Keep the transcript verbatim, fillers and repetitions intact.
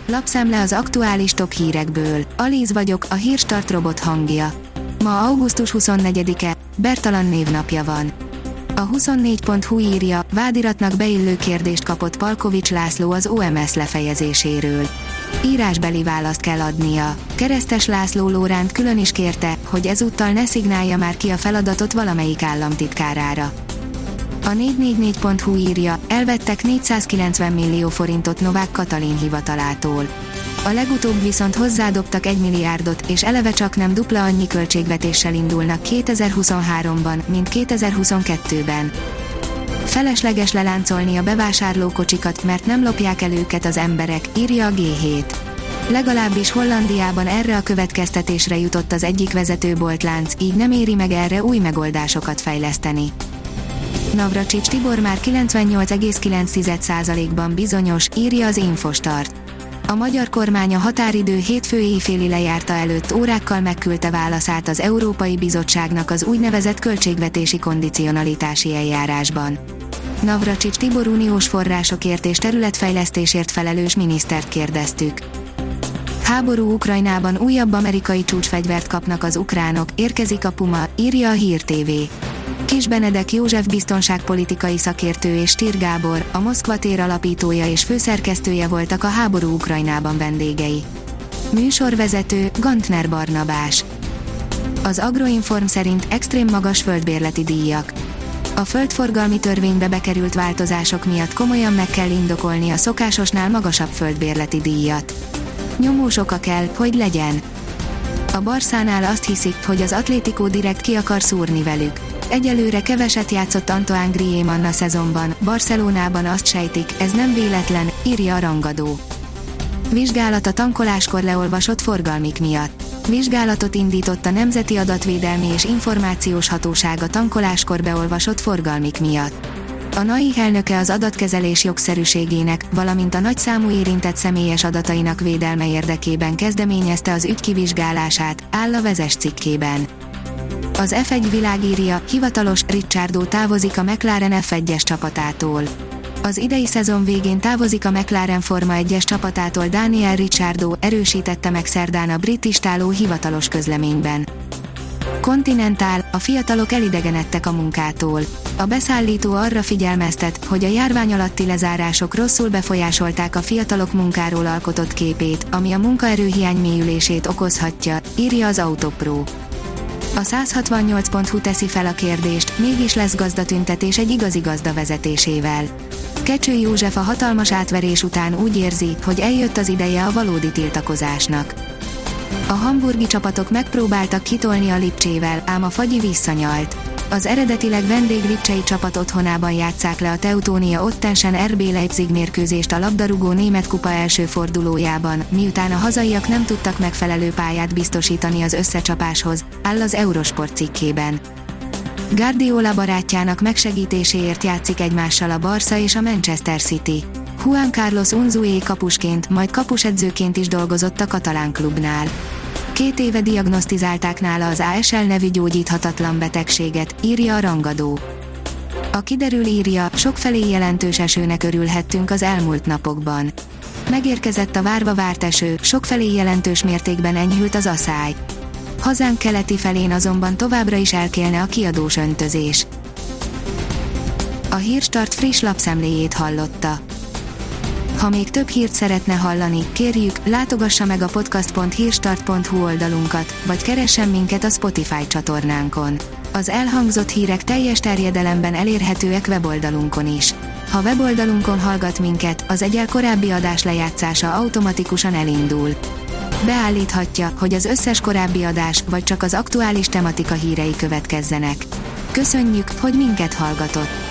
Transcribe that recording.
Lapszemle az aktuális top hírekből. Alíz vagyok, a Hírstart robot hangja. Ma augusztus huszonnegyedike, Bertalan névnapja van. A huszonnégy pont hu írja, vádiratnak beillő kérdést kapott Palkovics László az o em es lefejezéséről. Írásbeli választ kell adnia. Keresztes László Lóránt külön is kérte, hogy ezúttal ne szignálja már ki a feladatot valamelyik államtitkárára. A négy négy négy pont hu írja, elvettek négyszázkilencven millió forintot Novák Katalin hivatalától. A legutóbb viszont hozzádobtak egy milliárdot, és eleve csak nem dupla annyi költségvetéssel indulnak kétezer-huszonháromban, mint kétezer-huszonkettőben. Felesleges leláncolni a bevásárlókocsikat, mert nem lopják el őket az emberek, írja a gé hét. Legalábbis Hollandiában erre a következtetésre jutott az egyik vezető boltlánc, így nem éri meg erre új megoldásokat fejleszteni. Navracsics Tibor már kilencvennyolc egész kilenc százalékban bizonyos, írja az Infostart. A magyar kormány a határidő hétfő éjféli lejárta előtt órákkal megküldte válaszát az Európai Bizottságnak az úgynevezett költségvetési kondicionalitási eljárásban. Navracsics Tibor uniós forrásokért és területfejlesztésért felelős minisztert kérdeztük. Háború Ukrajnában, újabb amerikai csúcsfegyvert kapnak az ukránok, érkezik a Puma, írja a Hír té vé. Kis Benedek József biztonságpolitikai szakértő és Stír Gábor, a Moszkva tér alapítója és főszerkesztője voltak a háború Ukrajnában vendégei. Műsorvezető, Gantner Barnabás. Az Agroinform szerint extrém magas földbérleti díjak. A földforgalmi törvénybe bekerült változások miatt komolyan meg kell indokolni a szokásosnál magasabb földbérleti díjat. Nyomós oka kell, hogy legyen. A Barszánál azt hiszik, hogy az Atlético direkt ki akar szúrni velük. Egyelőre keveset játszott Antoine Griezmann a szezonban, Barcelonában azt sejtik, ez nem véletlen, írja a rangadó. Vizsgálat a tankoláskor leolvasott forgalmik miatt. Vizsgálatot indított a Nemzeti Adatvédelmi és Információs Hatóság a tankoláskor beolvasott forgalmik miatt. A en á i elnöke az adatkezelés jogszerűségének, valamint a nagyszámú érintett személyes adatainak védelme érdekében kezdeményezte az ügy kivizsgálását, áll a Vezes cikkében. Az ef egy világírja, hivatalos, Ricciardo távozik a McLaren ef egyes csapatától. Az idei szezon végén távozik a McLaren Forma egyes csapatától Daniel Ricciardo, erősítette meg szerdán a brit istáló hivatalos közleményben. Continental, a fiatalok elidegenedtek a munkától. A beszállító arra figyelmeztet, hogy a járvány alatti lezárások rosszul befolyásolták a fiatalok munkáról alkotott képét, ami a munkaerőhiány mélyülését okozhatja, írja az Autopro. A száz hatvannyolc pont hu teszi fel a kérdést, mégis lesz gazdatüntetés egy igazi gazda vezetésével. Kecső József a hatalmas átverés után úgy érzi, hogy eljött az ideje a valódi tiltakozásnak. A hamburgi csapatok megpróbáltak kitolni a Lipcsével, ám a fagyi visszanyalt. Az eredetileg vendég lipcsei csapat otthonában játsszák le a Teutonia Ottensen er bé Leipzig mérkőzést a labdarúgó német kupa első fordulójában, miután a hazaiak nem tudtak megfelelő pályát biztosítani az összecsapáshoz, áll az Eurosport cikkében. Guardiola barátjának megsegítéséért játszik egymással a Barca és a Manchester City. Juan Carlos Unzué kapusként, majd kapusedzőként is dolgozott a katalán klubnál. Két éve diagnosztizálták nála az á es el nevű gyógyíthatatlan betegséget, írja a rangadó. A Kiderül írja, sokfelé jelentős esőnek örülhettünk az elmúlt napokban. Megérkezett a várva várt eső, sokfelé jelentős mértékben enyhült az aszály. Hazánk keleti felén azonban továbbra is elkélne a kiadós öntözés. A Hírstart friss lapszemléjét hallotta. Ha még több hírt szeretne hallani, kérjük, látogassa meg a podcast pont hírstart pont hu oldalunkat, vagy keressen minket a Spotify csatornánkon. Az elhangzott hírek teljes terjedelemben elérhetőek weboldalunkon is. Ha weboldalunkon hallgat minket, az egyel korábbi adás lejátszása automatikusan elindul. Beállíthatja, hogy az összes korábbi adás, vagy csak az aktuális tematika hírei következzenek. Köszönjük, hogy minket hallgatott!